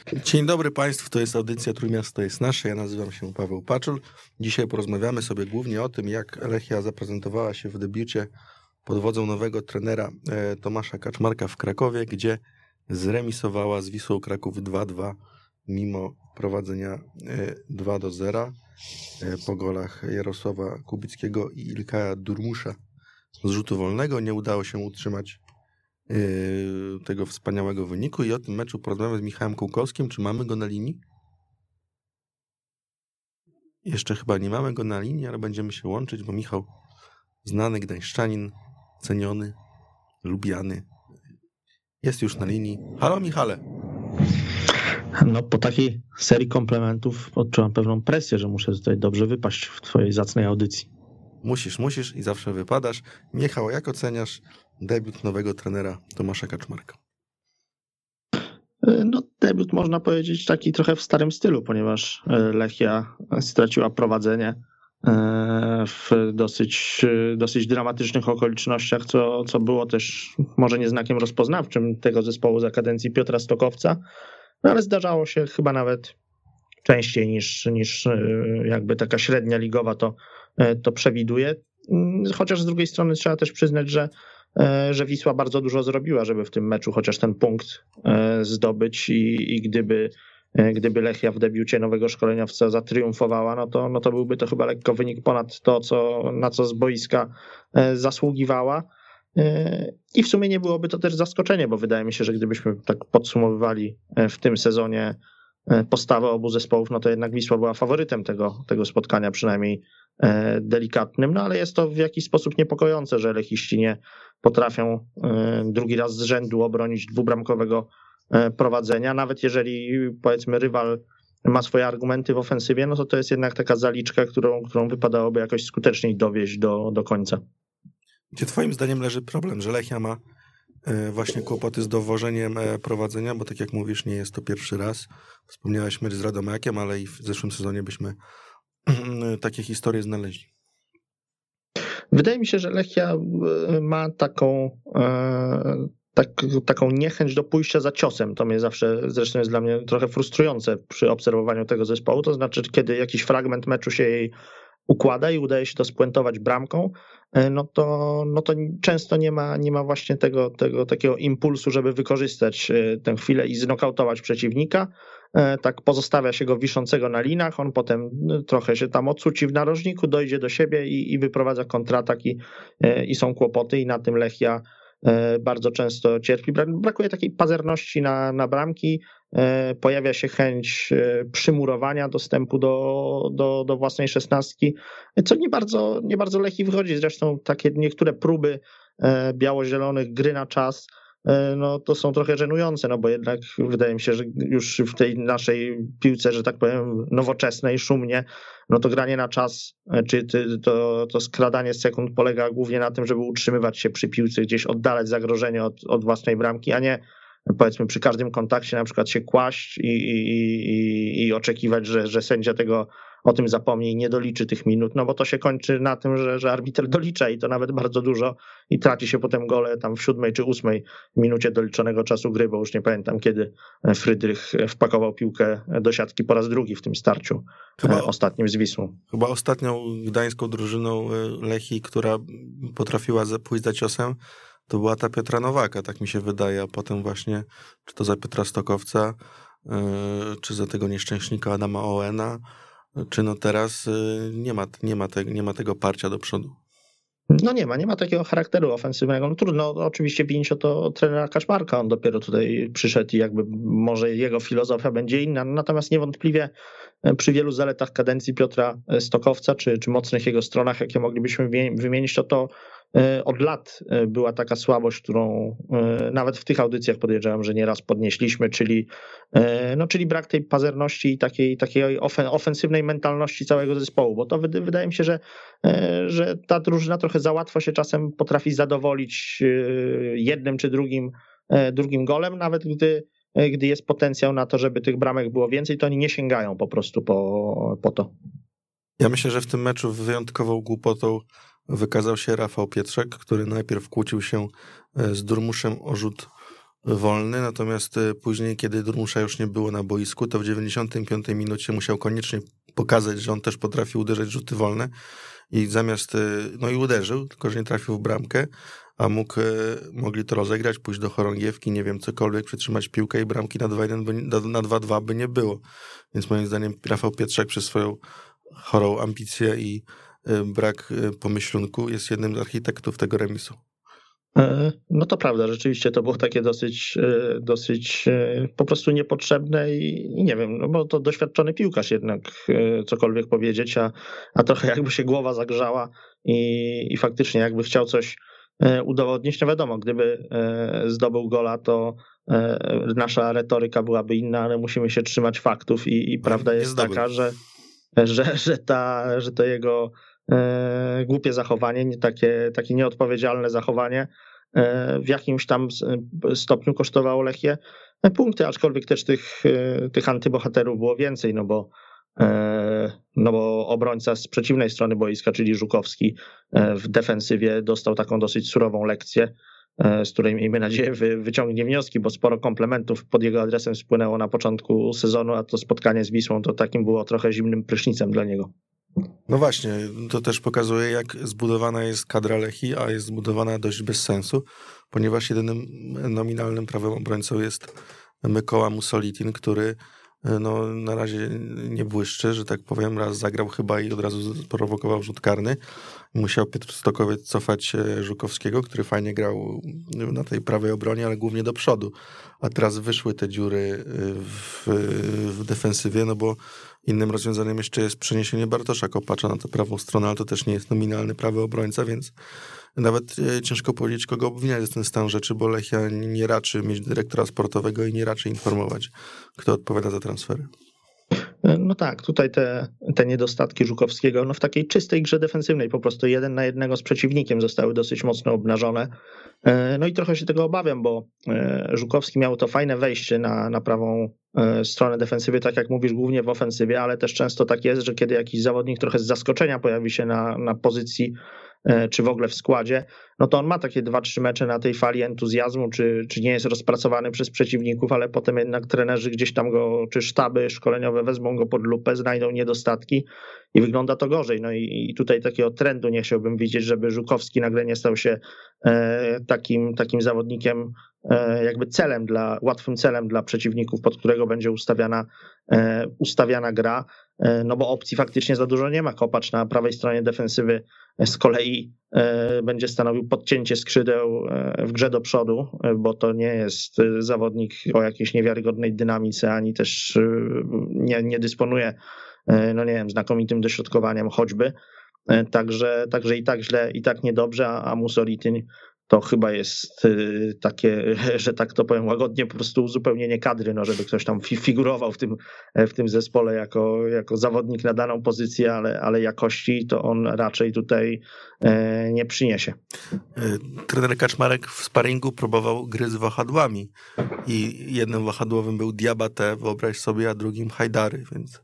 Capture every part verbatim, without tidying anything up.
Dzień dobry Państwu, to jest audycja Trójmiasto jest nasze, ja nazywam się Paweł Paczul. Dzisiaj porozmawiamy sobie głównie o tym, jak Lechia zaprezentowała się w debiucie pod wodzą nowego trenera Tomasza Kaczmarka w Krakowie, gdzie zremisowała z Wisłą Kraków dwa dwa mimo prowadzenia dwa do zera po golach Jarosława Kubickiego i Ilkaja Durmusza z rzutu wolnego. Nie udało się utrzymać tego wspaniałego wyniku i o tym meczu porozmawiamy z Michałem Kułkowskim. Czy mamy go na linii? Jeszcze chyba nie mamy go na linii, ale będziemy się łączyć, bo Michał, znany gdańszczanin, ceniony, lubiany, jest już na linii. Halo Michale. No po takiej serii komplementów odczuwam pewną presję, że muszę tutaj dobrze wypaść w twojej zacnej audycji. Musisz, musisz i zawsze wypadasz. Michał, jak oceniasz debiut nowego trenera Tomasza Kaczmarka? No debiut można powiedzieć taki trochę w starym stylu, ponieważ Lechia straciła prowadzenie w dosyć, dosyć dramatycznych okolicznościach, co, co było też może nie znakiem rozpoznawczym tego zespołu za kadencji Piotra Stokowca, no ale zdarzało się chyba nawet częściej niż, niż jakby taka średnia ligowa to, to przewiduje. Chociaż z drugiej strony trzeba też przyznać, że, że Wisła bardzo dużo zrobiła, żeby w tym meczu chociaż ten punkt zdobyć i, i gdyby, gdyby Lechia w debiucie nowego szkoleniowca zatriumfowała, no to, no to byłby to chyba lekko wynik ponad to, co, na co z boiska zasługiwała. I w sumie nie byłoby to też zaskoczenie, bo wydaje mi się, że gdybyśmy tak podsumowywali w tym sezonie postawę obu zespołów, no to jednak Wisła była faworytem tego, tego spotkania, przynajmniej delikatnym, no ale jest to w jakiś sposób niepokojące, że lechiści nie potrafią drugi raz z rzędu obronić dwubramkowego prowadzenia, nawet jeżeli powiedzmy rywal ma swoje argumenty w ofensywie, no to to jest jednak taka zaliczka, którą, którą wypadałoby jakoś skuteczniej dowieść do, do końca. Gdzie twoim zdaniem leży problem, że Lechia ma właśnie kłopoty z dowożeniem prowadzenia, bo tak jak mówisz, nie jest to pierwszy raz. Wspomniałeś mecz z Radomiakiem, ale i w zeszłym sezonie byśmy takie historie znaleźli. Wydaje mi się, że Lechia ma taką, tak, taką niechęć do pójścia za ciosem. To mnie zawsze, zresztą jest dla mnie trochę frustrujące przy obserwowaniu tego zespołu. To znaczy, kiedy jakiś fragment meczu się jej układa i udaje się to spuentować bramką, no to, no to często nie ma, nie ma właśnie tego, tego takiego impulsu, żeby wykorzystać tę chwilę i znokautować przeciwnika. Tak pozostawia się go wiszącego na linach, on potem trochę się tam odsuci w narożniku, dojdzie do siebie i, i wyprowadza kontratak i, i są kłopoty i na tym Lechia bardzo często cierpi. Brakuje takiej pazerności na, na bramki, pojawia się chęć przymurowania dostępu do, do, do własnej szesnastki, co nie bardzo, nie bardzo Lechii wychodzi. Zresztą takie niektóre próby biało-zielonych gry na czas, no to są trochę żenujące, no bo jednak wydaje mi się, że już w tej naszej piłce, że tak powiem, nowoczesnej, szumnie, no to granie na czas, czy to, to skradanie sekund polega głównie na tym, żeby utrzymywać się przy piłce, gdzieś oddalać zagrożenie od, od własnej bramki, a nie powiedzmy przy każdym kontakcie na przykład się kłaść i, i, i, i oczekiwać, że, że sędzia tego o tym zapomni i nie doliczy tych minut, no bo to się kończy na tym, że, że arbiter dolicza i to nawet bardzo dużo i traci się potem gole tam w siódmej czy ósmej minucie doliczonego czasu gry, bo już nie pamiętam kiedy Frydrych wpakował piłkę do siatki po raz drugi w tym starciu chyba, ostatnim z Wisłą. Chyba ostatnią gdańską drużyną Lechii, która potrafiła pójść za ciosem, to była ta Piotra Nowaka, tak mi się wydaje, a potem właśnie, czy to za Piotra Stokowca, czy za tego nieszczęśnika Adama Ołena, czy no teraz nie ma, nie ma, te, nie ma tego parcia do przodu. No nie ma, nie ma takiego charakteru ofensywnego. No trudno oczywiście winić o to trenera Kaczmarka, on dopiero tutaj przyszedł i jakby może jego filozofia będzie inna, natomiast niewątpliwie przy wielu zaletach kadencji Piotra Stokowca, czy, czy mocnych jego stronach, jakie moglibyśmy wymienić, to to od lat była taka słabość, którą nawet w tych audycjach podejrzewam, że nieraz podnieśliśmy, czyli, no, czyli brak tej pazerności i takiej, takiej ofensywnej mentalności całego zespołu, bo to wydaje mi się, że, że ta drużyna trochę za łatwo się czasem potrafi zadowolić jednym czy drugim, drugim golem, nawet gdy, gdy jest potencjał na to, żeby tych bramek było więcej, to oni nie sięgają po prostu po, po to. Ja myślę, że w tym meczu wyjątkową głupotą wykazał się Rafał Pietrzak, który najpierw kłócił się z Durmuszem o rzut wolny, natomiast później, kiedy Durmusza już nie było na boisku, to w dziewięćdziesiątej piątej minucie musiał koniecznie pokazać, że on też potrafi uderzyć rzuty wolne i zamiast, no i uderzył, tylko że nie trafił w bramkę, a mógł, mogli to rozegrać, pójść do chorągiewki, nie wiem, cokolwiek, przytrzymać piłkę i bramki na dwa jeden by, na dwa dwa by nie było. Więc moim zdaniem Rafał Pietrzak przez swoją chorą ambicję i brak pomyślunku jest jednym z architektów tego remisu. No to prawda, rzeczywiście to było takie dosyć, dosyć po prostu niepotrzebne i nie wiem, no bo to doświadczony piłkarz jednak cokolwiek powiedzieć, a, a trochę jakby się głowa zagrzała i, i faktycznie jakby chciał coś udowodnić, no wiadomo, gdyby zdobył gola, to nasza retoryka byłaby inna, ale musimy się trzymać faktów i, i prawda jest taka, że, że, że, ta, że to jego głupie zachowanie, takie, takie nieodpowiedzialne zachowanie w jakimś tam stopniu kosztowało Lechię punkty, aczkolwiek też tych, tych antybohaterów było więcej, no bo, no bo obrońca z przeciwnej strony boiska, czyli Żukowski w defensywie dostał taką dosyć surową lekcję, z której miejmy nadzieję wy, wyciągnie wnioski, bo sporo komplementów pod jego adresem spłynęło na początku sezonu, a to spotkanie z Wisłą to takim było trochę zimnym prysznicem dla niego. No właśnie, to też pokazuje, jak zbudowana jest kadra Lechii, a jest zbudowana dość bez sensu, ponieważ jedynym nominalnym prawym obrońcą jest Mykoła Musolitin, który no, na razie nie błyszczy, że tak powiem, raz zagrał chyba i od razu sprowokował rzut karny. Musiał Piotr Stokowiec cofać Żukowskiego, który fajnie grał na tej prawej obronie, ale głównie do przodu. A teraz wyszły te dziury w, w defensywie, no bo innym rozwiązaniem jeszcze jest przeniesienie Bartosza Kopacza na tę prawą stronę, ale to też nie jest nominalny prawy obrońca, więc nawet ciężko powiedzieć, kogo obwiniać za ten stan rzeczy, bo Lechia nie raczy mieć dyrektora sportowego i nie raczy informować, kto odpowiada za transfery. No tak, tutaj te, te niedostatki Żukowskiego no w takiej czystej grze defensywnej po prostu jeden na jednego z przeciwnikiem zostały dosyć mocno obnażone. No i trochę się tego obawiam, bo Żukowski miał to fajne wejście na, na prawą stronę defensywy, tak jak mówisz, głównie w ofensywie, ale też często tak jest, że kiedy jakiś zawodnik trochę z zaskoczenia pojawi się na, na pozycji czy w ogóle w składzie, no to on ma takie dwa, trzy mecze na tej fali entuzjazmu, czy, czy nie jest rozpracowany przez przeciwników, ale potem jednak trenerzy gdzieś tam go, czy sztaby szkoleniowe wezmą go pod lupę, znajdą niedostatki i wygląda to gorzej. No i, i tutaj takiego trendu nie chciałbym widzieć, żeby Żukowski nagle nie stał się e, takim, takim zawodnikiem, e, jakby celem dla, łatwym celem dla przeciwników, pod którego będzie ustawiana, e, ustawiana gra, e, no bo opcji faktycznie za dużo nie ma. Kopacz na prawej stronie defensywy z kolei będzie stanowił podcięcie skrzydeł w grze do przodu, bo to nie jest zawodnik o jakiejś niewiarygodnej dynamice, ani też nie, nie dysponuje, no nie wiem, znakomitym dośrodkowaniem choćby. Także, także i tak źle, i tak niedobrze, a Musolitin to chyba jest takie, że tak to powiem łagodnie, po prostu uzupełnienie kadry, no żeby ktoś tam figurował w tym, w tym zespole jako, jako zawodnik na daną pozycję, ale, ale jakości to on raczej tutaj nie przyniesie. Trener Kaczmarek w sparingu próbował gry z wahadłami i jednym wahadłowym był Diabate, wyobraź sobie, a drugim Hajdary, więc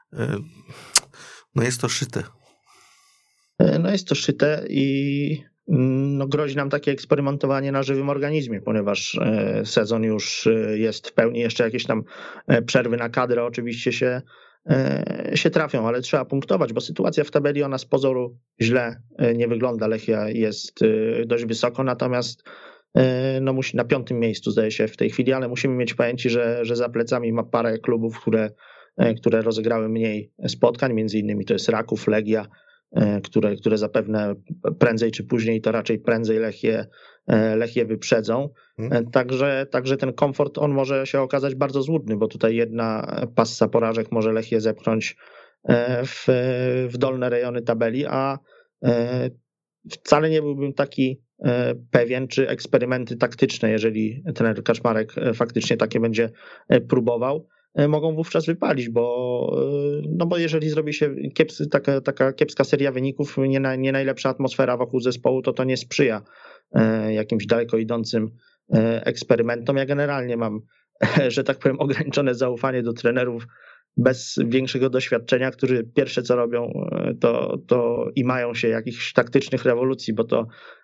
no jest to szyte. No jest to szyte i no grozi nam takie eksperymentowanie na żywym organizmie, ponieważ sezon już jest w pełni, jeszcze jakieś tam przerwy na kadrę oczywiście się, się trafią, ale trzeba punktować, bo sytuacja w tabeli ona z pozoru źle nie wygląda. Lechia jest dość wysoko, natomiast no musi na piątym miejscu zdaje się w tej chwili, ale musimy mieć pamięci, że, że za plecami ma parę klubów, które, które rozegrały mniej spotkań, między innymi to jest Raków, Legia, które, które zapewne prędzej czy później, to raczej prędzej Lechię, Lechię wyprzedzą. Także, także ten komfort on może się okazać bardzo złudny, bo tutaj jedna passa porażek może Lechię zepchnąć w, w dolne rejony tabeli, a wcale nie byłbym taki pewien, czy eksperymenty taktyczne, jeżeli trener Kaczmarek faktycznie takie będzie próbował, mogą wówczas wypalić, bo, no bo jeżeli zrobi się kiepscy, taka, taka kiepska seria wyników, nie, na, nie najlepsza atmosfera wokół zespołu, to to nie sprzyja jakimś daleko idącym eksperymentom. Ja generalnie mam, że tak powiem, ograniczone zaufanie do trenerów bez większego doświadczenia, którzy pierwsze co robią, to, to i mają się jakichś taktycznych rewolucji, bo to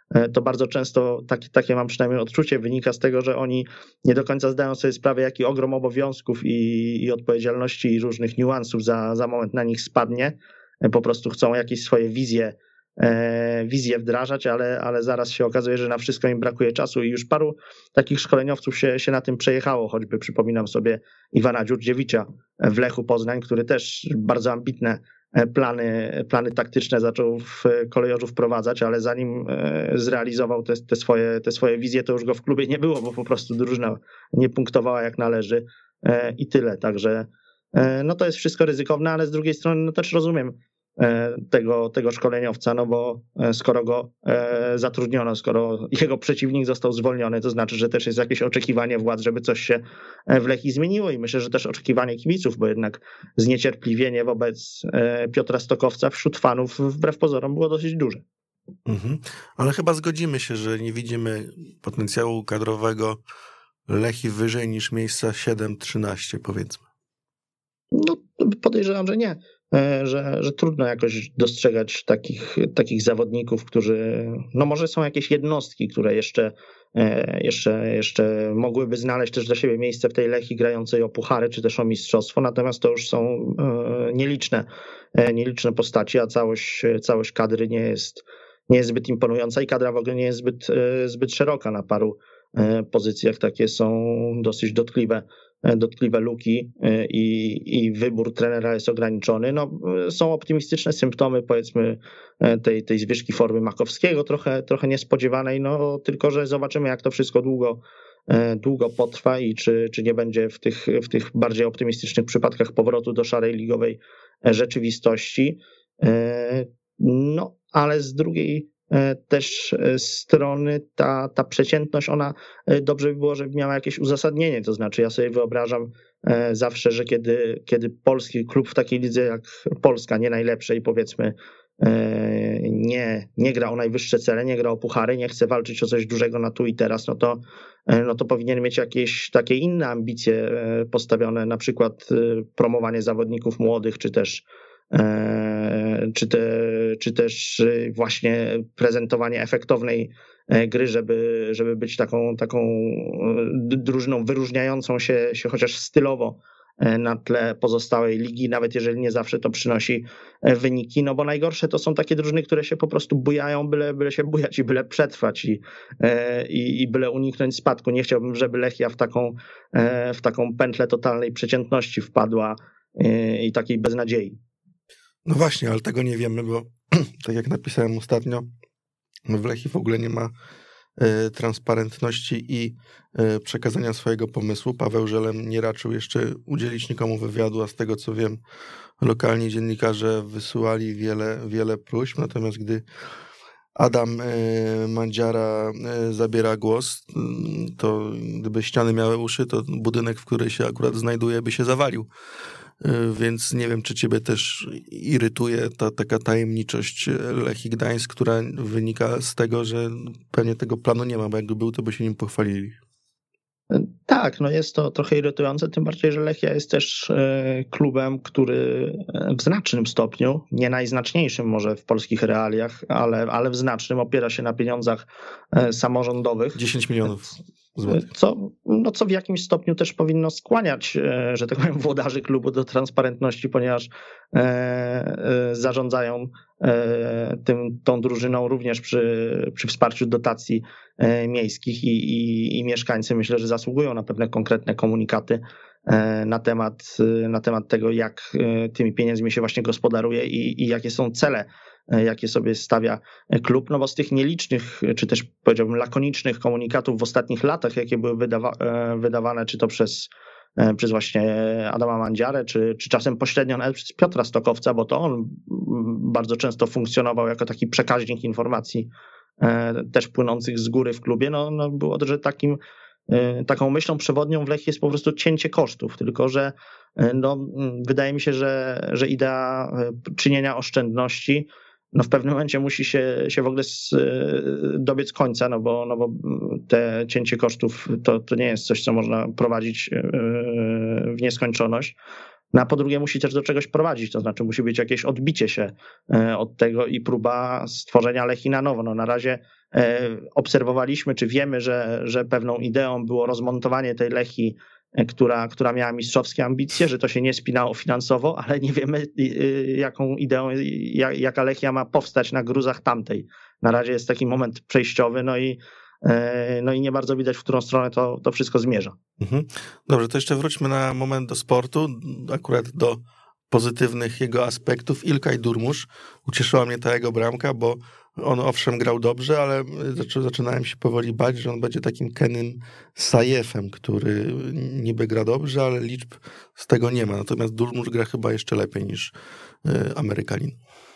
to bardzo często, takie, takie mam przynajmniej odczucie, wynika z tego, że oni nie do końca zdają sobie sprawę, jaki ogrom obowiązków i, i odpowiedzialności i różnych niuansów za, za moment na nich spadnie. Po prostu chcą jakieś swoje wizje, wizje wdrażać, ale, ale zaraz się okazuje, że na wszystko im brakuje czasu i już paru takich szkoleniowców się, się na tym przejechało, choćby przypominam sobie Iwana Dziurdziewicza w Lechu Poznań, który też bardzo ambitne plany, plany taktyczne zaczął w Kolejorzu wprowadzać, ale zanim zrealizował te, te, swoje, te swoje wizje, to już go w klubie nie było, bo po prostu drużyna nie punktowała jak należy i tyle. Także no to jest wszystko ryzykowne, ale z drugiej strony no też rozumiem tego, tego szkoleniowca, no bo skoro go zatrudniono, skoro jego przeciwnik został zwolniony, to znaczy, że też jest jakieś oczekiwanie władz, żeby coś się w Lechii zmieniło i myślę, że też oczekiwanie kibiców, bo jednak zniecierpliwienie wobec Piotra Stokowca wśród fanów wbrew pozorom było dosyć duże. Mhm. Ale chyba zgodzimy się, że nie widzimy potencjału kadrowego Lechii wyżej niż miejsca siedem trzynaście, powiedzmy. No podejrzewam, że nie. Że, że trudno jakoś dostrzegać takich, takich zawodników, którzy, no może są jakieś jednostki, które jeszcze, jeszcze, jeszcze mogłyby znaleźć też dla siebie miejsce w tej Lechii grającej o puchary, czy też o mistrzostwo, natomiast to już są nieliczne, nieliczne postaci, a całość, całość kadry nie jest, nie jest zbyt imponująca i kadra w ogóle nie jest zbyt, zbyt szeroka na paru pozycjach, takie są dosyć dotkliwe. dotkliwe luki i, i wybór trenera jest ograniczony. No, są optymistyczne symptomy, powiedzmy, tej, tej zwyżki formy Makowskiego, trochę, trochę niespodziewanej, no tylko że zobaczymy, jak to wszystko długo, długo potrwa i czy, czy nie będzie w tych, w tych bardziej optymistycznych przypadkach powrotu do szarej ligowej rzeczywistości. No, ale z drugiej też strony ta, ta przeciętność, ona dobrze by było, żeby miała jakieś uzasadnienie, to znaczy ja sobie wyobrażam zawsze, że kiedy, kiedy polski klub w takiej lidze jak Polska, nie najlepszej powiedzmy, nie, nie gra o najwyższe cele, nie gra o puchary, nie chce walczyć o coś dużego na tu i teraz, no to, no to powinien mieć jakieś takie inne ambicje postawione, na przykład promowanie zawodników młodych, czy też Czy, te, czy też właśnie prezentowanie efektownej gry, żeby, żeby być taką, taką drużyną wyróżniającą się, się chociaż stylowo na tle pozostałej ligi, nawet jeżeli nie zawsze to przynosi wyniki, no bo najgorsze to są takie drużyny, które się po prostu bujają, byle, byle się bujać i byle przetrwać i, i, i byle uniknąć spadku. Nie chciałbym, żeby Lechia w taką, w taką pętlę totalnej przeciętności wpadła i takiej beznadziei. No właśnie, ale tego nie wiemy, bo tak jak napisałem ostatnio, w Lechii w ogóle nie ma e, transparentności i e, przekazania swojego pomysłu. Paweł Żelem nie raczył jeszcze udzielić nikomu wywiadu, a z tego co wiem, lokalni dziennikarze wysyłali wiele, wiele próśb, natomiast gdy Adam e, Mandziara e, zabiera głos, to gdyby ściany miały uszy, to budynek, w którym się akurat znajduje, by się zawalił. Więc nie wiem, czy ciebie też irytuje ta taka tajemniczość Lechii Gdańsk, która wynika z tego, że pewnie tego planu nie ma, bo jakby był, to by się nim pochwalili. Tak, no jest to trochę irytujące, tym bardziej, że Lechia jest też klubem, który w znacznym stopniu, nie najznaczniejszym może w polskich realiach, ale, ale w znacznym opiera się na pieniądzach samorządowych. dziesięć milionów złotych. Co, no co w jakimś stopniu też powinno skłaniać, że tak powiem, włodarzy klubu do transparentności, ponieważ zarządzają tym, tą drużyną również przy, przy wsparciu dotacji miejskich i, i, i mieszkańcy myślę, że zasługują na pewne konkretne komunikaty na temat, na temat tego, jak tymi pieniędzmi się właśnie gospodaruje i, i jakie są cele, jakie sobie stawia klub, no bo z tych nielicznych, czy też powiedziałbym lakonicznych komunikatów w ostatnich latach, jakie były wydawa- wydawane, czy to przez, przez właśnie Adama Mandziarę, czy, czy czasem pośrednio nawet przez Piotra Stokowca, bo to on bardzo często funkcjonował jako taki przekaźnik informacji też płynących z góry w klubie, no, no było, że takim taką myślą przewodnią w Lechii jest po prostu cięcie kosztów, tylko że no, wydaje mi się, że, że idea czynienia oszczędności no w pewnym momencie musi się, się w ogóle z, dobiec końca, no bo, no bo te cięcie kosztów to, to nie jest coś, co można prowadzić w nieskończoność. No a po drugie musi też do czegoś prowadzić, to znaczy musi być jakieś odbicie się od tego i próba stworzenia Lechii na nowo. No na razie obserwowaliśmy, czy wiemy, że, że pewną ideą było rozmontowanie tej Lechii, która, która miała mistrzowskie ambicje, że to się nie spinało finansowo, ale nie wiemy, jaką ideą, jaka Lechia ma powstać na gruzach tamtej. Na razie jest taki moment przejściowy, no i no i nie bardzo widać, w którą stronę to, to wszystko zmierza. Mhm. Dobrze, to jeszcze wróćmy na moment do sportu, akurat do pozytywnych jego aspektów. Ilkay Durmusz, ucieszyła mnie ta jego bramka, bo on owszem grał dobrze, ale zaczynałem się powoli bać, że on będzie takim Kenym Sajefem, który niby gra dobrze, ale liczb z tego nie ma. Natomiast Durmusz gra chyba jeszcze lepiej niż Amerykanin.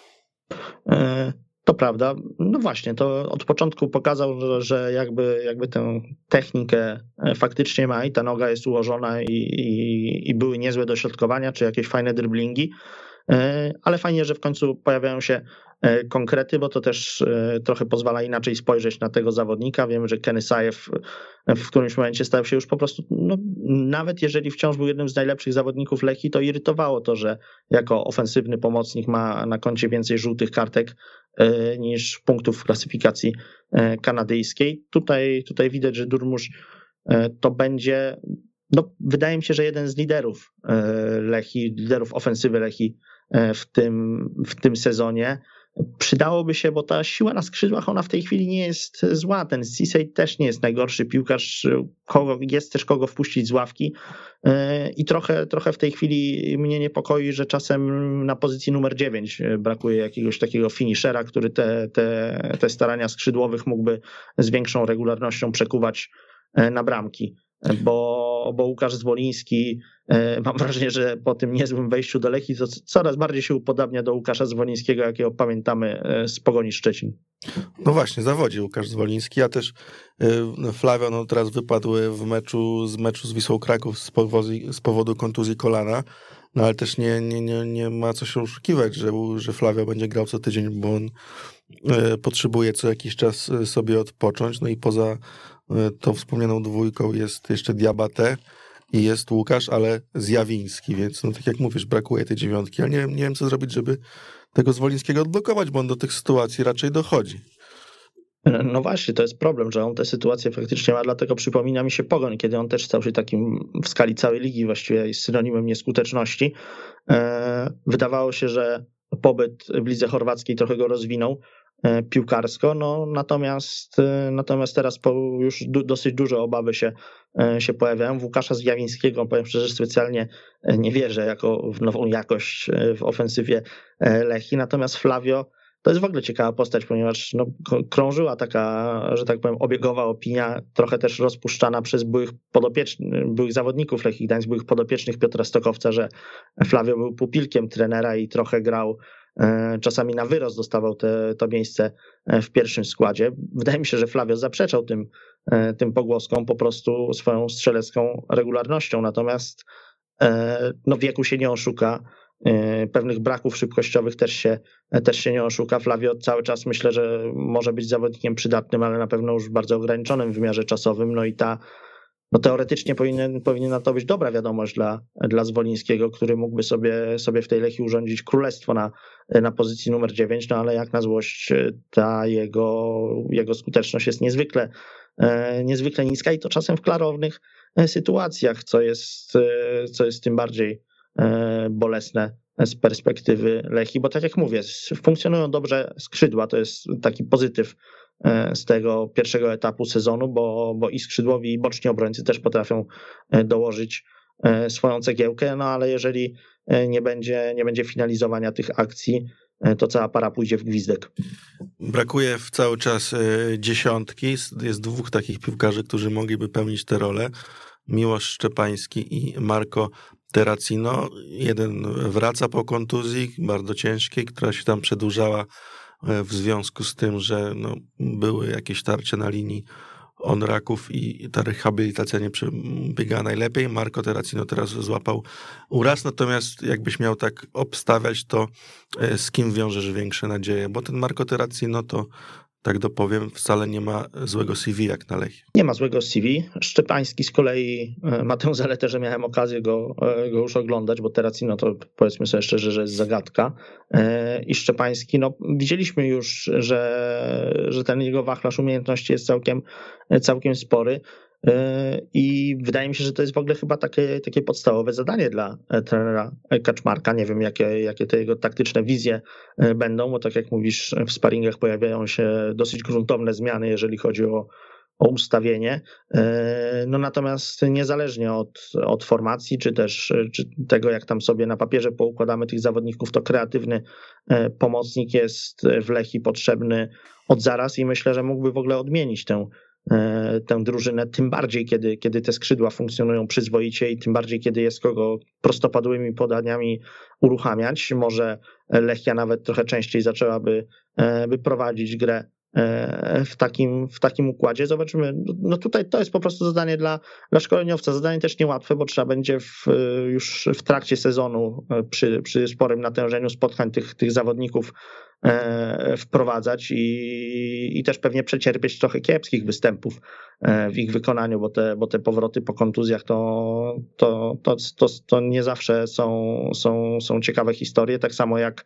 E- To prawda. No właśnie, to od początku pokazał, że, że jakby, jakby tę technikę faktycznie ma i ta noga jest ułożona i, i, i były niezłe dośrodkowania, czy jakieś fajne driblingi, ale fajnie, że w końcu pojawiają się konkrety, bo to też trochę pozwala inaczej spojrzeć na tego zawodnika. Wiemy, że Kenny Sajef w którymś momencie stał się już po prostu, no, nawet jeżeli wciąż był jednym z najlepszych zawodników Lechii, to irytowało to, że jako ofensywny pomocnik ma na koncie więcej żółtych kartek niż punktów w klasyfikacji kanadyjskiej. Tutaj, tutaj widać, że Durmusz to będzie, no, wydaje mi się, że jeden z liderów Lechii, liderów ofensywy Lechii w tym, w tym sezonie. Przydałoby się, bo ta siła na skrzydłach, ona w tej chwili nie jest zła. Ten Cissé też nie jest najgorszy piłkarz, kogo, jest też kogo wpuścić z ławki i trochę, trochę w tej chwili mnie niepokoi, że czasem na pozycji numer dziewięć brakuje jakiegoś takiego finishera, który te, te, te starania skrzydłowych mógłby z większą regularnością przekuwać na bramki. Bo, bo Łukasz Zwoliński, mam wrażenie, że po tym niezłym wejściu do Lechii to coraz bardziej się upodabnia do Łukasza Zwolińskiego, jakiego pamiętamy z Pogoni Szczecin. No właśnie, zawodzi Łukasz Zwoliński, a też Flavio no, teraz wypadł w meczu z meczu z Wisłą Kraków z powodu, z powodu kontuzji kolana, no ale też nie, nie, nie, nie ma co się oszukiwać, że, że Flavio będzie grał co tydzień, bo on potrzebuje co jakiś czas sobie odpocząć, no i poza tą wspomnianą dwójką jest jeszcze Diabate i jest Łukasz, ale Zjawiński, więc no tak jak mówisz, brakuje tej dziewiątki, ale nie, nie wiem co zrobić, żeby tego Zwolińskiego odblokować, bo on do tych sytuacji raczej dochodzi. No właśnie, to jest problem, że on te sytuacje faktycznie ma, dlatego przypomina mi się Pogoń, kiedy on też stał się takim w skali całej ligi właściwie jest synonimem nieskuteczności. Wydawało się, że pobyt w lidze chorwackiej trochę go rozwinął piłkarsko, no natomiast, natomiast teraz po już du, dosyć duże obawy się, się pojawiają. W Łukasza Zjawińskiego, powiem szczerze, specjalnie nie wierzę jako w nową jakość w ofensywie Lechii, natomiast Flavio to jest w ogóle ciekawa postać, ponieważ no, krążyła taka, że tak powiem, obiegowa opinia, trochę też rozpuszczana przez byłych podopiecznych, byłych zawodników Lechii Gdańsk, byłych podopiecznych Piotra Stokowca, że Flavio był pupilkiem trenera i trochę grał, czasami na wyrost dostawał te, to miejsce w pierwszym składzie. Wydaje mi się, że Flavio zaprzeczał tym, tym pogłoskom po prostu swoją strzelecką regularnością, natomiast no, wieku się nie oszuka. Pewnych braków szybkościowych też się, też się nie oszuka. Flavio cały czas myślę, że może być zawodnikiem przydatnym, ale na pewno już w bardzo ograniczonym wymiarze czasowym. No i ta, no teoretycznie powinien, powinna to być dobra wiadomość dla, dla Zwolińskiego, który mógłby sobie, sobie w tej Lechii urządzić królestwo na, na pozycji numer dziewięć, no ale jak na złość ta jego, jego skuteczność jest niezwykle, niezwykle niska i to czasem w klarownych sytuacjach, co jest, co jest tym bardziej bolesne z perspektywy Lechii, bo tak jak mówię, funkcjonują dobrze skrzydła, to jest taki pozytyw z tego pierwszego etapu sezonu, bo, bo i skrzydłowi, i boczni obrońcy też potrafią dołożyć swoją cegiełkę, no ale jeżeli nie będzie, nie będzie finalizowania tych akcji, to cała para pójdzie w gwizdek. Brakuje w cały czas dziesiątki, jest dwóch takich piłkarzy, którzy mogliby pełnić tę rolę, Miłosz Szczepański i Marco Terracino. Jeden wraca po kontuzji, bardzo ciężkiej, która się tam przedłużała w związku z tym, że no, były jakieś tarcia na linii on-raków i ta rehabilitacja nie przebiegała najlepiej. Marco Terracino teraz złapał uraz, natomiast jakbyś miał tak obstawiać, to z kim wiążesz większe nadzieje? Bo ten Marco Terracino to tak dopowiem, wcale nie ma złego C V jak na Lechii. Nie ma złego C V. Szczepański z kolei ma tę zaletę, że miałem okazję go, go już oglądać, bo Terracino to powiedzmy sobie szczerze, że jest zagadka. I Szczepański, no widzieliśmy już, że, że ten jego wachlarz umiejętności jest całkiem, całkiem spory. I wydaje mi się, że to jest w ogóle chyba takie, takie podstawowe zadanie dla trenera Kaczmarka. Nie wiem, jakie, jakie te jego taktyczne wizje będą, bo tak jak mówisz, w sparingach pojawiają się dosyć gruntowne zmiany, jeżeli chodzi o, o ustawienie. No natomiast niezależnie od, od formacji, czy też czy tego, jak tam sobie na papierze poukładamy tych zawodników, to kreatywny pomocnik jest w Lechii potrzebny od zaraz i myślę, że mógłby w ogóle odmienić tę tę drużynę, tym bardziej, kiedy, kiedy te skrzydła funkcjonują przyzwoicie i tym bardziej, kiedy jest kogo prostopadłymi podaniami uruchamiać. Może Lechia nawet trochę częściej zaczęłaby by prowadzić grę w takim, w takim układzie. Zobaczymy. No tutaj to jest po prostu zadanie dla, dla szkoleniowca. Zadanie też niełatwe, bo trzeba będzie w, już w trakcie sezonu przy, przy sporym natężeniu spotkań tych, tych zawodników wprowadzać i, i też pewnie przecierpieć trochę kiepskich występów w ich wykonaniu, bo te, bo te powroty po kontuzjach to, to, to, to, to nie zawsze są, są, są ciekawe historie, tak samo jak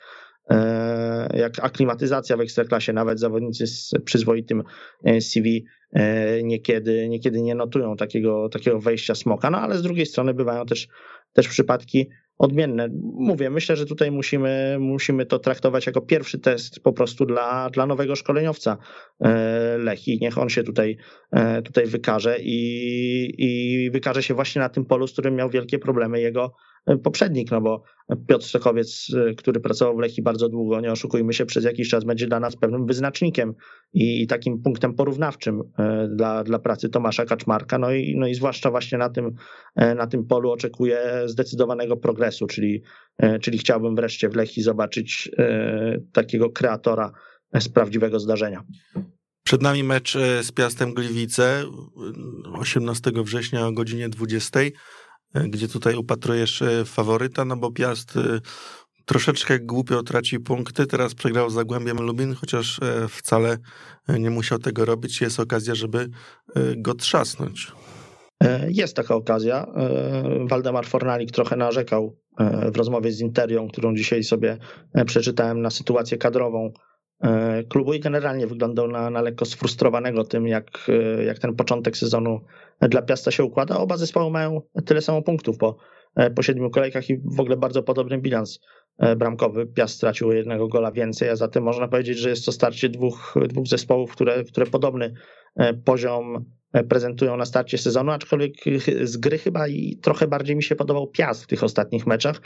jak aklimatyzacja w Ekstraklasie. Nawet zawodnicy z przyzwoitym C V niekiedy, niekiedy nie notują takiego, takiego wejścia smoka, no ale z drugiej strony bywają też, też przypadki odmienne. Mówię, myślę, że tutaj musimy, musimy to traktować jako pierwszy test po prostu dla, dla nowego szkoleniowca Lechii. Niech on się tutaj, tutaj wykaże i, i wykaże się właśnie na tym polu, z którym miał wielkie problemy jego poprzednik, no bo Piotr Sokowiec, który pracował w Lechii bardzo długo, nie oszukujmy się, przez jakiś czas będzie dla nas pewnym wyznacznikiem i, i takim punktem porównawczym dla, dla pracy Tomasza Kaczmarka, no i, no i zwłaszcza właśnie na tym, na tym polu oczekuję zdecydowanego progresu, czyli, czyli chciałbym wreszcie w Lechii zobaczyć takiego kreatora z prawdziwego zdarzenia. Przed nami mecz z Piastem Gliwice osiemnastego września o godzinie dwudziestej. Gdzie tutaj upatrujesz faworyta, no bo Piast troszeczkę głupio traci punkty, teraz przegrał z Zagłębiem Lubin, chociaż wcale nie musiał tego robić, jest okazja, żeby go trzasnąć. Jest taka okazja. Waldemar Fornalik trochę narzekał w rozmowie z Interią, którą dzisiaj sobie przeczytałem, na sytuację kadrową klubu i generalnie wyglądał na, na lekko sfrustrowanego tym, jak, jak ten początek sezonu dla Piasta się układa. Oba zespoły mają tyle samo punktów po, po siedmiu kolejkach i w ogóle bardzo podobny bilans bramkowy. Piast stracił jednego gola więcej, a zatem można powiedzieć, że jest to starcie dwóch, dwóch zespołów, które, które podobny poziom prezentują na starcie sezonu, aczkolwiek z gry chyba i trochę bardziej mi się podobał Piast w tych ostatnich meczach.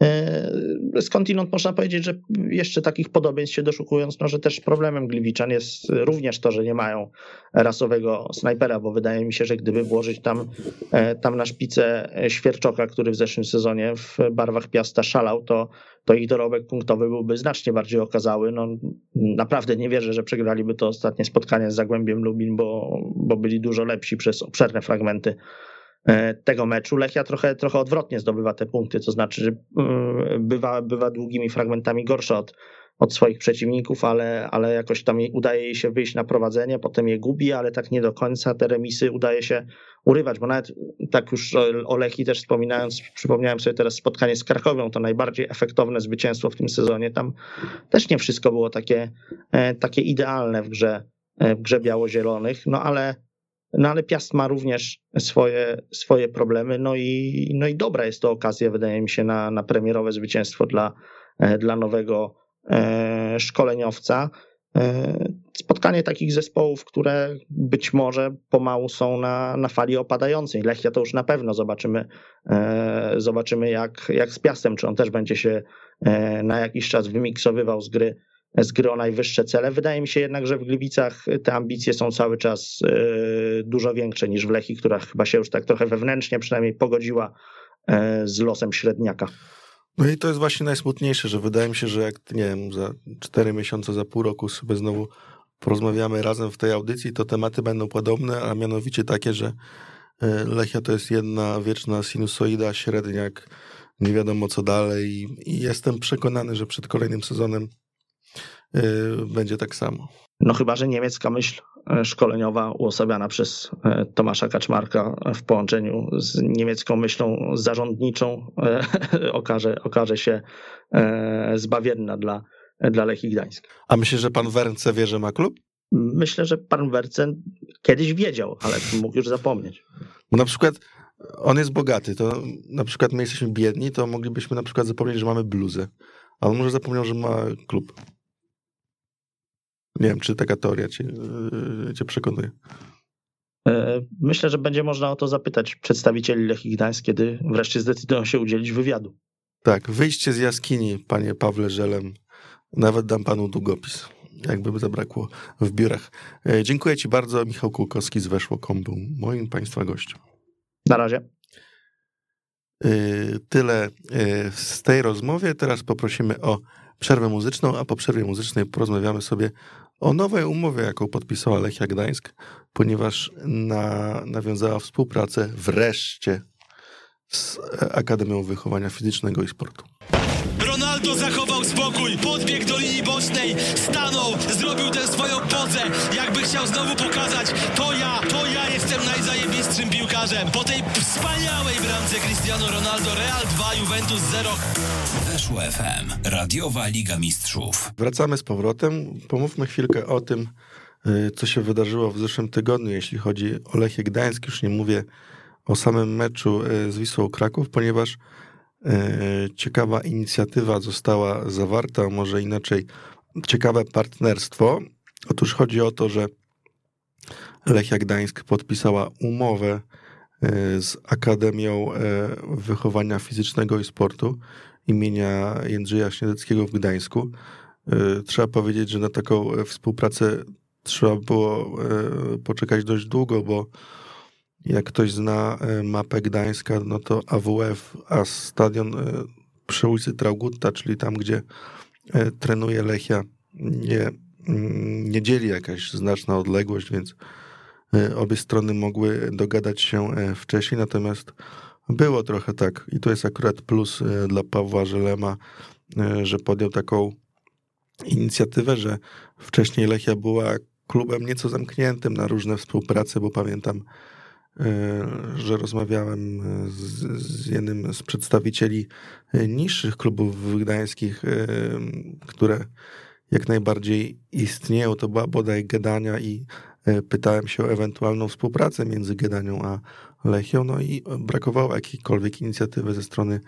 Skądinąd można powiedzieć, że jeszcze takich podobieństw się doszukując, no, że też problemem Gliwiczan jest również to, że nie mają rasowego snajpera, bo wydaje mi się, że gdyby włożyć tam, tam na szpicę Świerczoka, który w zeszłym sezonie w barwach Piasta szalał, to, to ich dorobek punktowy byłby znacznie bardziej okazały. No, naprawdę nie wierzę, że przegraliby to ostatnie spotkanie z Zagłębiem Lubin, bo, bo byli dużo lepsi przez obszerne fragmenty tego meczu. Lechia trochę, trochę odwrotnie zdobywa te punkty, to znaczy, że bywa, bywa długimi fragmentami gorsza od, od swoich przeciwników, ale, ale jakoś tam udaje jej się wyjść na prowadzenie, potem je gubi, ale tak nie do końca te remisy udaje się urywać, bo nawet tak już o Lechii też wspominając, przypomniałem sobie teraz spotkanie z Krakowią, to najbardziej efektowne zwycięstwo w tym sezonie. Tam też nie wszystko było takie, takie idealne w grze, w grze biało-zielonych, no ale No ale Piast ma również swoje, swoje problemy, no i, no i dobra jest to okazja, wydaje mi się, na, na premierowe zwycięstwo dla, dla nowego e, szkoleniowca. E, spotkanie takich zespołów, które być może pomału są na, na fali opadającej. Lechia to już na pewno zobaczymy, e, zobaczymy jak, jak z Piastem, czy on też będzie się e, na jakiś czas wymiksowywał z gry z gry o najwyższe cele. Wydaje mi się jednak, że w Gliwicach te ambicje są cały czas dużo większe niż w Lechii, która chyba się już tak trochę wewnętrznie przynajmniej pogodziła z losem średniaka. No i to jest właśnie najsmutniejsze, że wydaje mi się, że jak, nie wiem, za cztery miesiące, za pół roku sobie znowu porozmawiamy razem w tej audycji, to tematy będą podobne, a mianowicie takie, że Lechia to jest jedna wieczna sinusoida, średniak, nie wiadomo co dalej i jestem przekonany, że przed kolejnym sezonem będzie tak samo. No chyba, że niemiecka myśl szkoleniowa uosabiana przez Tomasza Kaczmarka w połączeniu z niemiecką myślą zarządniczą okaże, okaże się zbawienna dla, dla Lechii Gdańsk. A myślisz, że pan Werce wie, że ma klub? Myślę, że pan Werce kiedyś wiedział, ale mógł już zapomnieć. Bo na przykład on jest bogaty, to na przykład my jesteśmy biedni, to moglibyśmy na przykład zapomnieć, że mamy bluzę. A on może zapomniał, że ma klub. Nie wiem, czy taka teoria cię, cię przekonuje. Myślę, że będzie można o to zapytać przedstawicieli Lechii Gdańsk, kiedy wreszcie zdecydują się udzielić wywiadu. Tak, wyjście z jaskini, panie Pawle Żelem. Nawet dam panu długopis, jakby zabrakło w biurach. Dziękuję ci bardzo. Michał Kułkowski z Weszło kropka com był moim państwa gościem. Na razie. Tyle z tej rozmowy. Teraz poprosimy o przerwę muzyczną, a po przerwie muzycznej porozmawiamy sobie o nowej umowie, jaką podpisała Lechia Gdańsk, ponieważ na, nawiązała współpracę wreszcie z Akademią Wychowania Fizycznego i Sportu. Ronaldo zachował spokój, podbiegł do linii bocznej, stanął, zrobił tę swoją pozę, jakby chciał znowu pokazać, to ja, to ja jestem najzajebistszym piłkarzem. Po tej wspaniałej bramce Cristiano Ronaldo, Real dwa, Juventus zero. Weszło F M, radiowa Liga Mistrzów. Wracamy z powrotem. Pomówmy chwilkę o tym, co się wydarzyło w zeszłym tygodniu, jeśli chodzi o Lechię Gdańsk. Już nie mówię o samym meczu z Wisłą Kraków, ponieważ ciekawa inicjatywa została zawarta, może inaczej, ciekawe partnerstwo. Otóż chodzi o to, że Lechia Gdańsk podpisała umowę z Akademią Wychowania Fizycznego i Sportu imienia Jędrzeja Śniadeckiego w Gdańsku. Trzeba powiedzieć, że na taką współpracę trzeba było poczekać dość długo, bo jak ktoś zna mapę Gdańska, no to A W F, a stadion przy ulicy Traugutta, czyli tam, gdzie trenuje Lechia, nie, nie dzieli jakaś znaczna odległość, więc obie strony mogły dogadać się wcześniej, natomiast było trochę tak, i to jest akurat plus dla Pawła Żelema, że podjął taką inicjatywę, że wcześniej Lechia była klubem nieco zamkniętym na różne współprace, bo pamiętam, że rozmawiałem z, z jednym z przedstawicieli niższych klubów gdańskich, które jak najbardziej istnieją. To była bodaj Gdania i pytałem się o ewentualną współpracę między Gdanią a Lechią, no i brakowało jakiejkolwiek inicjatywy ze strony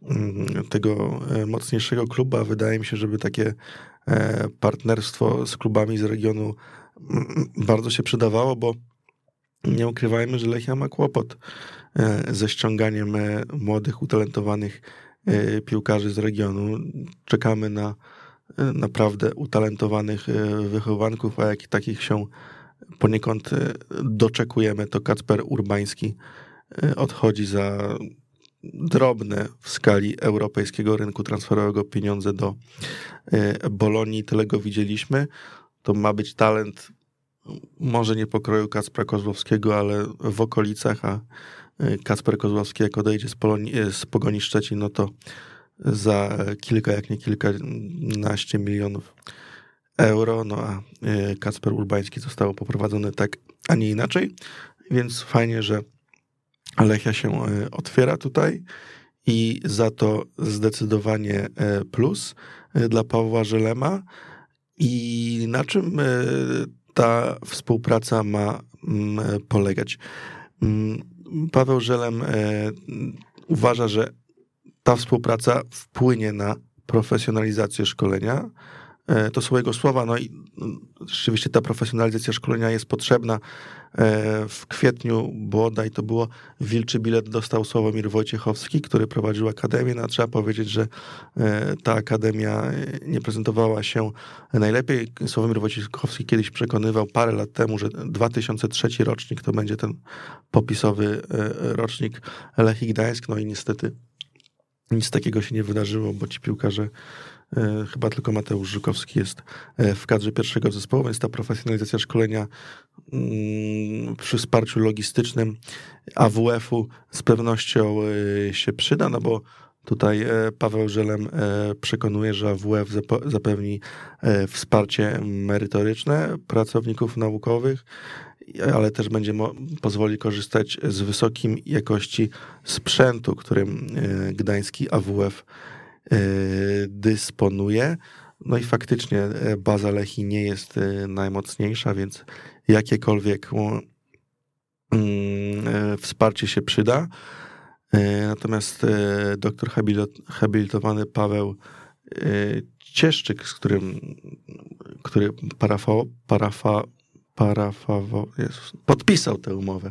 tego mocniejszego klubu, a wydaje mi się, żeby takie partnerstwo z klubami z regionu bardzo się przydawało, bo nie ukrywajmy, że Lechia ma kłopot ze ściąganiem młodych, utalentowanych piłkarzy z regionu. Czekamy na naprawdę utalentowanych wychowanków, a jak takich się poniekąd doczekujemy, to Kacper Urbański odchodzi za drobne w skali europejskiego rynku transferowego pieniądze do Bolonii. Tyle go widzieliśmy. To ma być talent może nie pokroju Kacpra Kozłowskiego, ale w okolicach, a Kacper Kozłowski jak odejdzie z, Polonii, z Pogoni Szczecin, no to za kilka, jak nie kilkanaście milionów euro, no a Kacper Urbański został poprowadzony tak, a nie inaczej, więc fajnie, że Lechia się otwiera tutaj i za to zdecydowanie plus dla Pawła Żelema. I na czym ta współpraca ma polegać? Paweł Żelem uważa, że ta współpraca wpłynie na profesjonalizację szkolenia. To są jego słowa, no i rzeczywiście ta profesjonalizacja szkolenia jest potrzebna. W kwietniu bodaj to było, wilczy bilet dostał Sławomir Wojciechowski, który prowadził akademię, no a trzeba powiedzieć, że ta akademia nie prezentowała się najlepiej. Sławomir Wojciechowski kiedyś przekonywał parę lat temu, że dwa tysiące trzeci rocznik to będzie ten popisowy rocznik Lechii Gdańsk, no i niestety nic takiego się nie wydarzyło, bo ci piłkarze, chyba tylko Mateusz Żukowski jest w kadrze pierwszego zespołu, więc ta profesjonalizacja szkolenia przy wsparciu logistycznym A W F-u z pewnością się przyda, no bo Tutaj Paweł Żelem przekonuje, że A W F zapewni wsparcie merytoryczne pracowników naukowych, ale też będzie mo- pozwoli korzystać z wysokiej jakości sprzętu, którym gdański A W F dysponuje. No i faktycznie baza Lechii nie jest najmocniejsza, więc jakiekolwiek wsparcie się przyda. Natomiast doktor habilitowany Paweł Cieszczyk, z którym który parafa, parafa, parafawo, Jezus, podpisał tę umowę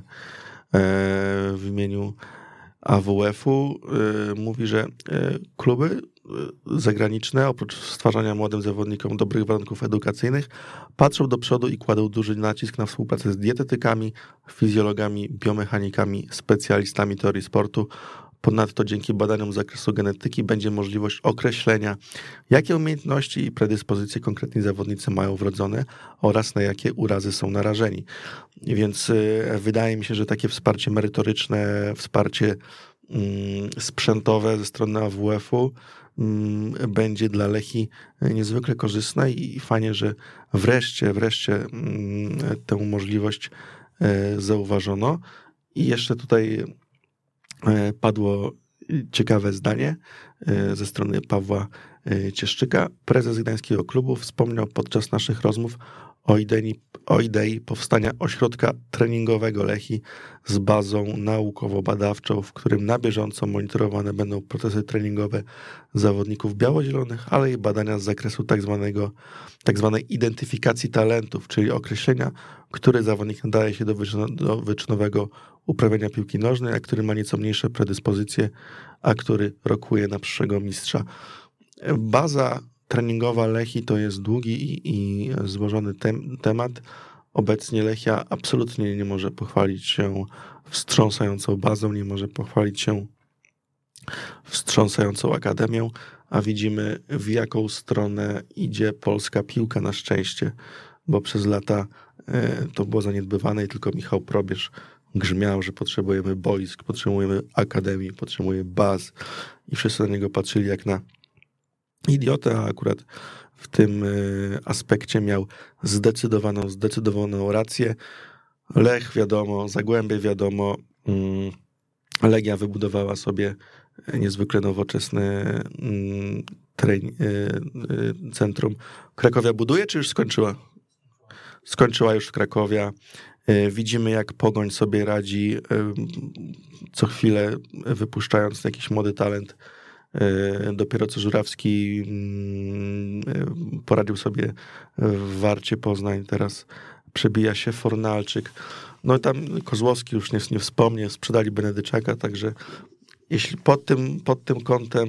w imieniu A W F-u, mówi, że kluby zagraniczne, oprócz stwarzania młodym zawodnikom dobrych warunków edukacyjnych, patrzą do przodu i kładą duży nacisk na współpracę z dietetykami, fizjologami, biomechanikami, specjalistami teorii sportu. Ponadto dzięki badaniom z zakresu genetyki będzie możliwość określenia, jakie umiejętności i predyspozycje konkretni zawodnicy mają wrodzone oraz na jakie urazy są narażeni. Więc wydaje mi się, że takie wsparcie merytoryczne, wsparcie sprzętowe ze strony A W F-u będzie dla Lechii niezwykle korzystne i fajnie, że wreszcie, wreszcie tę możliwość zauważono. I jeszcze tutaj padło ciekawe zdanie ze strony Pawła Cieszczyka. Prezes Gdańskiego Klubu wspomniał podczas naszych rozmów o idei, o idei powstania ośrodka treningowego Lechii z bazą naukowo-badawczą, w którym na bieżąco monitorowane będą procesy treningowe zawodników biało-zielonych, ale i badania z zakresu tak zwanego, tak zwanej identyfikacji talentów, czyli określenia, który zawodnik nadaje się do, wyczyn- do wyczynowego uprawiania piłki nożnej, a który ma nieco mniejsze predyspozycje, a który rokuje na przyszłego mistrza. Baza treningowa Lechii to jest długi i, i złożony tem, temat. Obecnie Lechia absolutnie nie może pochwalić się wstrząsającą bazą, nie może pochwalić się wstrząsającą akademią, a widzimy, w jaką stronę idzie polska piłka, na szczęście, bo przez lata to było zaniedbywane i tylko Michał Probierz grzmiał, że potrzebujemy boisk, potrzebujemy akademii, potrzebujemy baz i wszyscy na niego patrzyli jak na idiotę, a akurat w tym aspekcie miał zdecydowaną, zdecydowaną rację. Lech wiadomo, Zagłębie wiadomo, Legia wybudowała sobie niezwykle nowoczesne centrum. Krakowia buduje, czy już skończyła? Skończyła już w Krakowie. Widzimy, jak Pogoń sobie radzi, co chwilę wypuszczając jakiś młody talent. Dopiero co Żurawski poradził sobie w Warcie Poznań, teraz przebija się Fornalczyk. No i tam Kozłowski już nie, nie wspomnę, sprzedali Benedyczaka, także jeśli pod tym, pod tym kątem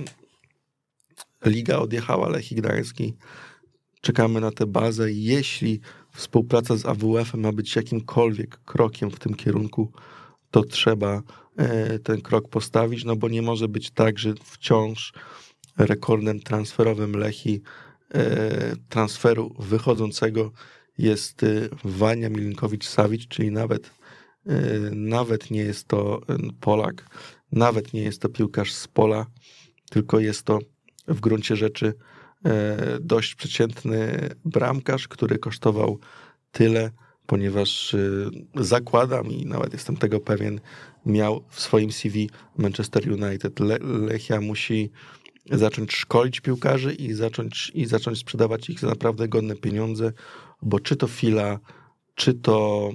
liga odjechała Lechii Gdański, czekamy na tę bazę i jeśli współpraca z A W F-em ma być jakimkolwiek krokiem w tym kierunku, to trzeba ten krok postawić, no bo nie może być tak, że wciąż rekordem transferowym Lechii transferu wychodzącego jest Wania Milinkowicz-Savic, czyli nawet, nawet nie jest to Polak, nawet nie jest to piłkarz z pola, tylko jest to w gruncie rzeczy dość przeciętny bramkarz, który kosztował tyle, ponieważ zakładam i nawet jestem tego pewien, miał w swoim C V Manchester United. Le- Lechia musi zacząć szkolić piłkarzy i zacząć, i zacząć sprzedawać ich za naprawdę godne pieniądze, bo czy to Fila, czy to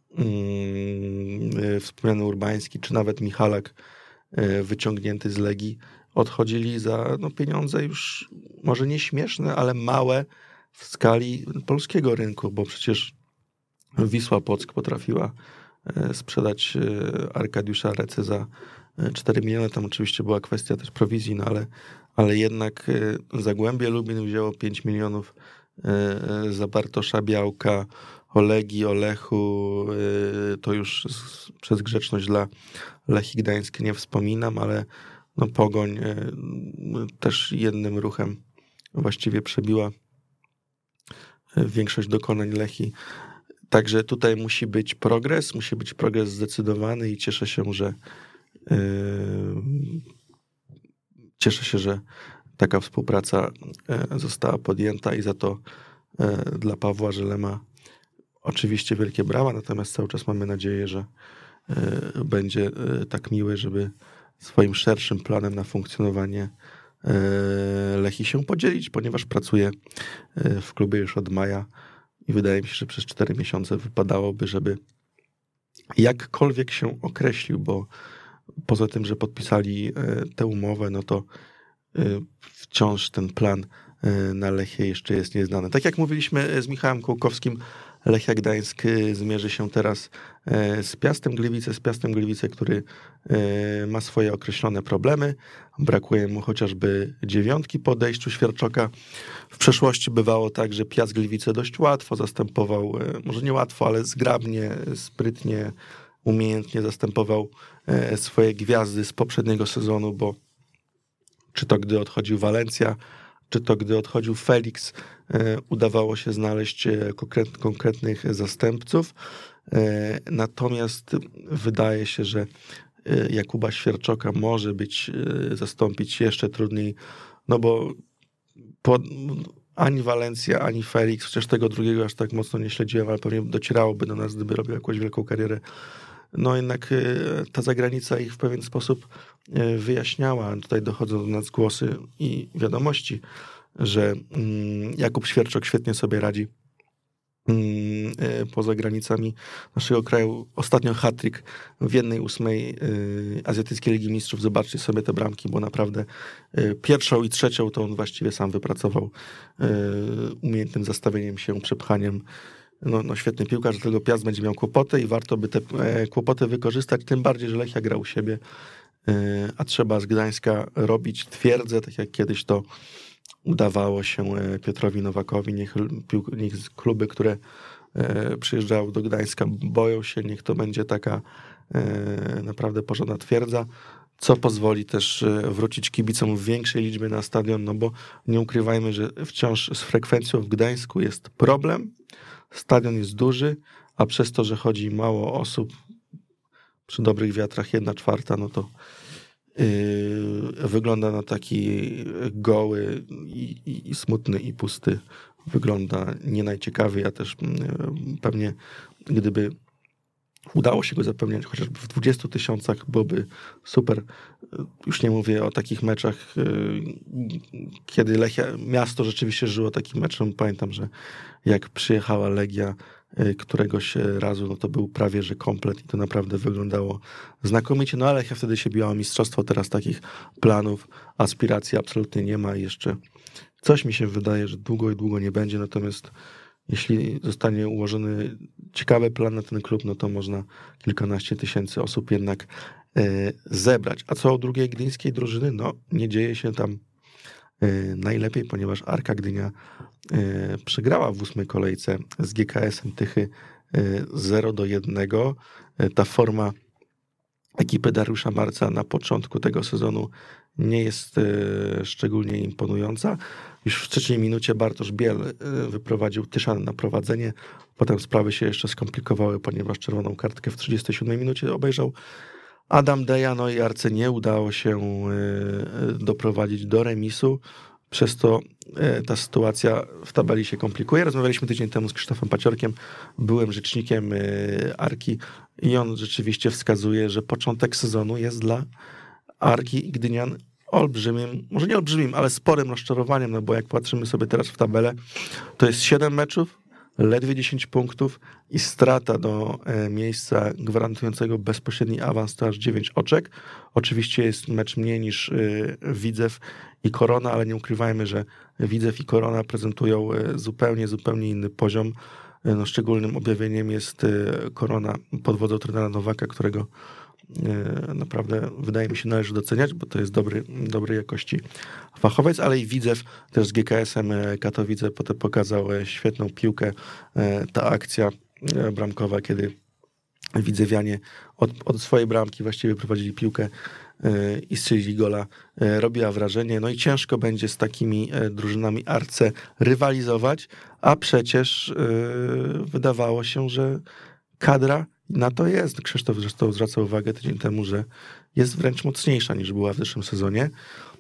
mm, wspomniany Urbański, czy nawet Michalak wyciągnięty z Legii, odchodzili za no, pieniądze już może nie śmieszne, ale małe w skali polskiego rynku, bo przecież Wisła Płock potrafiła sprzedać Arkadiusza Recę za cztery miliony. Tam oczywiście była kwestia też prowizji, no ale, ale jednak Zagłębie Lubin wzięło pięć milionów za Bartosza Białka, o Legii, o Lechu, to już przez grzeczność dla Lechii Gdańskiej nie wspominam, ale no Pogoń też jednym ruchem właściwie przebiła większość dokonań Lechii. Także tutaj musi być progres, musi być progres zdecydowany i cieszę się, że cieszę się, że taka współpraca została podjęta i za to dla Pawła Żelema oczywiście wielkie brawa, natomiast cały czas mamy nadzieję, że będzie tak miły, żeby swoim szerszym planem na funkcjonowanie Lechii się podzielić, ponieważ pracuje w klubie już od maja i wydaje mi się, że przez cztery miesiące wypadałoby, żeby jakkolwiek się określił, bo poza tym, że podpisali tę umowę, no to wciąż ten plan na Lechię jeszcze jest nieznany. Tak jak mówiliśmy z Michałem Kołkowskim, Lechia Gdańsk zmierzy się teraz z Piastem Gliwice, z Piastem Gliwice, który ma swoje określone problemy. Brakuje mu chociażby dziewiątki po odejściu Świerczoka. W przeszłości bywało tak, że Piast Gliwice dość łatwo zastępował, może nie łatwo, ale zgrabnie, sprytnie, umiejętnie zastępował swoje gwiazdy z poprzedniego sezonu, bo czy to gdy odchodził Valencia, czy to gdy odchodził Felix, udawało się znaleźć konkretnych zastępców. Natomiast wydaje się, że Jakuba Świerczoka może być zastąpić jeszcze trudniej, no bo po, ani Valencia, ani Felix, chociaż tego drugiego aż tak mocno nie śledziłem, ale pewnie docierałoby do nas, gdyby robił jakąś wielką karierę. No jednak ta zagranica ich w pewien sposób wyjaśniała. Tutaj dochodzą do nas głosy i wiadomości, że Jakub Świerczok świetnie sobie radzi poza granicami naszego kraju. Ostatnio hat-trick w jednej ósmej Azjatyckiej Ligi Mistrzów. Zobaczcie sobie te bramki, bo naprawdę pierwszą i trzecią to on właściwie sam wypracował umiejętnym zastawieniem się, przepchaniem. No, no świetny piłkarz, dlatego Piast będzie miał kłopoty i warto by te kłopoty wykorzystać, tym bardziej, że Lechia gra u siebie, a trzeba z Gdańska robić twierdzę, tak jak kiedyś to udawało się Piotrowi Nowakowi. Niech, niech kluby, które przyjeżdżały do Gdańska, boją się, niech to będzie taka naprawdę porządna twierdza, co pozwoli też wrócić kibicom w większej liczbie na stadion, no bo nie ukrywajmy, że wciąż z frekwencją w Gdańsku jest problem. Stadion jest duży, a przez to, że chodzi mało osób, przy dobrych wiatrach jedna czwarta, no to yy, wygląda na taki goły i, i, i smutny i pusty. Wygląda nie najciekawiej, a też yy, pewnie gdyby udało się go zapełniać chociażby w dwudziestu tysiącach, byłoby super. Już nie mówię o takich meczach, kiedy Lechia, miasto rzeczywiście żyło takim meczem. Pamiętam, że jak przyjechała Legia któregoś razu, no to był prawie że komplet i to naprawdę wyglądało znakomicie. No ale Lechia wtedy się biła o mistrzostwo, teraz takich planów, aspiracji absolutnie nie ma i jeszcze coś mi się wydaje, że długo i długo nie będzie, natomiast jeśli zostanie ułożony ciekawy plan na ten klub, no to można kilkanaście tysięcy osób jednak y, zebrać. A co o drugiej gdyńskiej drużyny? No nie dzieje się tam y, najlepiej, ponieważ Arka Gdynia y, przegrała w ósmej kolejce z G K S-em Tychy y, zero do jednego. Y, ta forma ekipy Dariusza Marca na początku tego sezonu nie jest y, szczególnie imponująca. Już w trzeciej minucie Bartosz Biel wyprowadził Tyszan na prowadzenie. Potem sprawy się jeszcze skomplikowały, ponieważ czerwoną kartkę w trzydziestej siódmej minucie obejrzał Adam Deja. No i Arce nie udało się doprowadzić do remisu. Przez to ta sytuacja w tabeli się komplikuje. Rozmawialiśmy tydzień temu z Krzysztofem Paciorkiem, byłym rzecznikiem Arki i on rzeczywiście wskazuje, że początek sezonu jest dla Arki i Gdynian olbrzymim, może nie olbrzymim, ale sporym rozczarowaniem, no bo jak patrzymy sobie teraz w tabelę, to jest siedem meczów, ledwie dziesięć punktów i strata do e, miejsca gwarantującego bezpośredni awans to aż dziewięć oczek. Oczywiście jest mecz mniej niż e, Widzew i Korona, ale nie ukrywajmy, że Widzew i Korona prezentują e, zupełnie, zupełnie inny poziom. E, no, szczególnym objawieniem jest e, Korona pod wodzą trenera Nowaka, którego naprawdę wydaje mi się należy doceniać, bo to jest dobry, dobrej jakości fachowiec, ale i Widzew też z G K S-em Katowice potem pokazał świetną piłkę. Ta akcja bramkowa, kiedy Widzewianie od, od swojej bramki właściwie prowadzili piłkę i strzelili gola, robiła wrażenie. No i ciężko będzie z takimi drużynami Arce rywalizować, a przecież wydawało się, że kadra na to jest. Krzysztof zresztą zwraca uwagę tydzień temu, że jest wręcz mocniejsza niż była w zeszłym sezonie.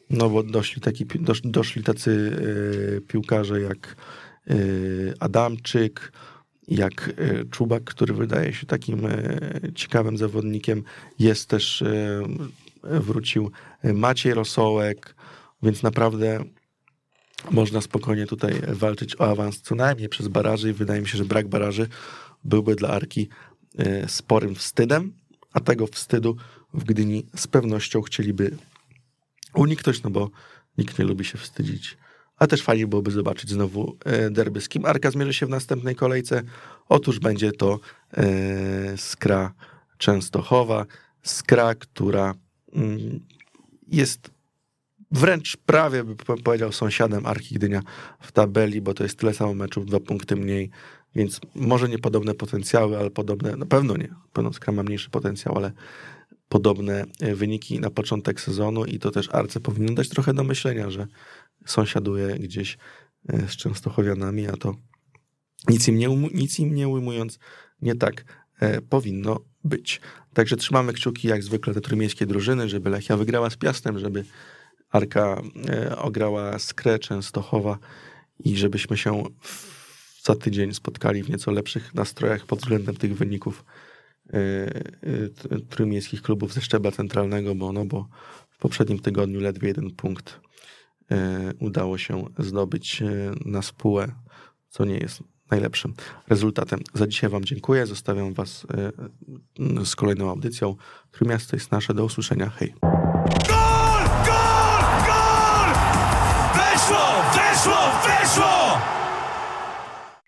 No bo doszli, taki, dosz, doszli tacy y, piłkarze jak y, Adamczyk, jak y, Czubak, który wydaje się takim y, ciekawym zawodnikiem. Jest też, y, wrócił Maciej Rosołek, więc naprawdę można spokojnie tutaj walczyć o awans co najmniej przez baraży i wydaje mi się, że brak baraży byłby dla Arki y, sporym wstydem, a tego wstydu w Gdyni z pewnością chcieliby uniknąć, no bo nikt nie lubi się wstydzić. A też fajnie byłoby zobaczyć znowu derby, z kim Arka zmierzy się w następnej kolejce. Otóż będzie to e, Skra Częstochowa. Skra, która mm, jest wręcz prawie, by powiedział, sąsiadem Arki Gdynia w tabeli, bo to jest tyle samo meczów, dwa punkty mniej, więc może nie podobne potencjały, ale podobne, na pewno nie. Na pewno Skra ma mniejszy potencjał, ale podobne wyniki na początek sezonu i to też Arce powinno dać trochę do myślenia, że sąsiaduje gdzieś z Częstochowianami, a to nic im nie, nic im nie ujmując, nie tak e, powinno być. Także trzymamy kciuki jak zwykle te trójmiejskie drużyny, żeby Lechia wygrała z Piastem, żeby Arka e, ograła Skrę Częstochowa i żebyśmy się w, za tydzień spotkali w nieco lepszych nastrojach pod względem tych wyników trójmiejskich klubów ze szczebla centralnego, bo, no bo w poprzednim tygodniu ledwie jeden punkt udało się zdobyć na spółę, co nie jest najlepszym rezultatem. Za dzisiaj wam dziękuję, zostawiam was z kolejną audycją. Trójmiasto jest nasze, do usłyszenia, hej.